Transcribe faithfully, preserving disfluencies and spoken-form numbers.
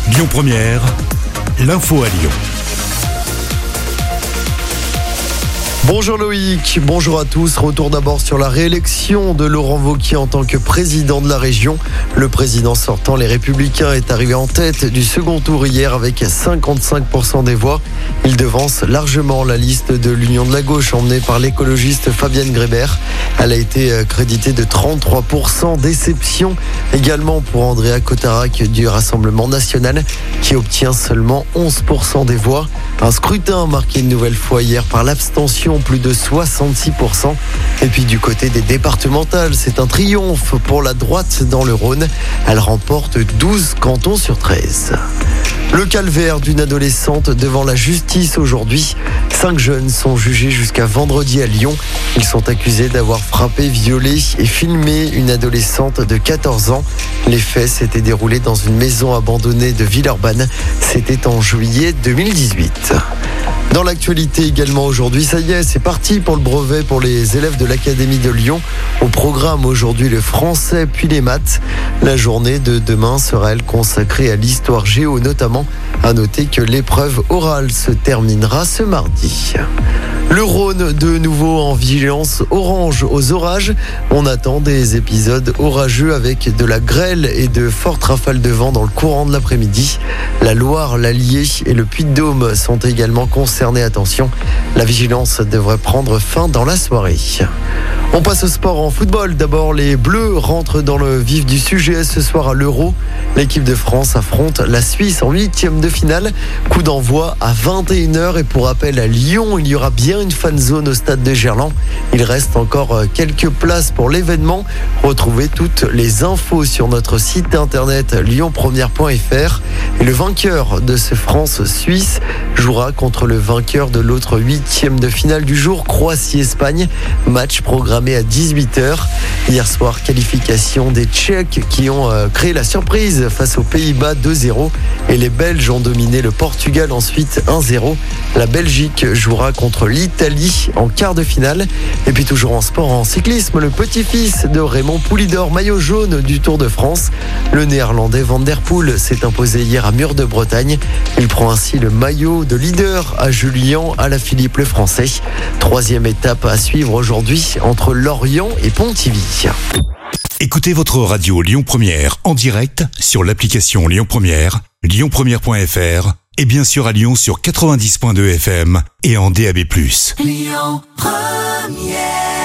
Lyon Première, l'info à Lyon. Bonjour Loïc, bonjour à tous. Retour d'abord sur la réélection de Laurent Wauquiez en tant que président de la région. Le président sortant, les Républicains, est arrivé en tête du second tour hier avec cinquante-cinq pour cent des voix. Il devance largement la liste de l'Union de la gauche emmenée par l'écologiste Fabienne Grébert. Elle a été créditée de trente-trois pour cent. Déception également pour Andréa Cotarac du Rassemblement national qui obtient seulement onze pour cent des voix. Un scrutin marqué une nouvelle fois hier par l'abstention, plus de soixante-six pour cent. Et puis du côté des départementales, c'est un triomphe pour la droite dans le Rhône. Elle remporte douze cantons sur treize. Le calvaire d'une adolescente devant la justice aujourd'hui. Cinq jeunes sont jugés jusqu'à vendredi à Lyon. Ils sont accusés d'avoir frappé, violé et filmé une adolescente de quatorze ans. Les faits s'étaient déroulés dans une maison abandonnée de Villeurbanne. C'était en juillet deux mille dix-huit. Dans l'actualité également aujourd'hui, ça y est, c'est parti pour le brevet pour les élèves de l'Académie de Lyon. Au programme aujourd'hui le français puis les maths. La journée de demain sera elle consacrée à l'histoire géo notamment. À noter que l'épreuve orale se terminera ce mardi. Le Rhône, de nouveau en vigilance orange aux orages. On attend des épisodes orageux avec de la grêle et de fortes rafales de vent dans le courant de l'après-midi. La Loire, l'Allier et le Puy-de-Dôme sont également concernés. Attention, la vigilance devrait prendre fin dans la soirée. On passe au sport en football. D'abord, les Bleus rentrent dans le vif du sujet ce soir à l'Euro. L'équipe de France affronte la Suisse en huitième de finale. Coup d'envoi à vingt et une heures. Et pour rappel, à Lyon, il y aura bien une fan zone au stade de Gerland. Il reste encore quelques places pour l'événement. Retrouvez toutes les infos sur notre site internet lyon première point f r. Et le vainqueur de ce France-Suisse jouera contre le vainqueur de l'autre huitième de finale du jour, Croatie-Espagne. Match programmé à dix-huit heures. Hier soir, qualification des Tchèques qui ont euh, créé la surprise face aux Pays-Bas deux zéro. Et les Belges ont dominé le Portugal ensuite un zéro. La Belgique jouera contre l'Italie en quart de finale. Et puis toujours en sport, en cyclisme, le petit-fils de Raymond Poulidor, maillot jaune du Tour de France. Le néerlandais Van der Poel s'est imposé hier à Mur de Bretagne. Il prend ainsi le maillot de leader à Julien Alaphilippe, le français. Troisième étape à suivre aujourd'hui entre Lorient et Pontivy. Écoutez votre radio Lyon Première en direct sur l'application Lyon Première, lyon première point f r et bien sûr à Lyon sur quatre-vingt-dix virgule deux F M et en D A B plus. Lyon Première.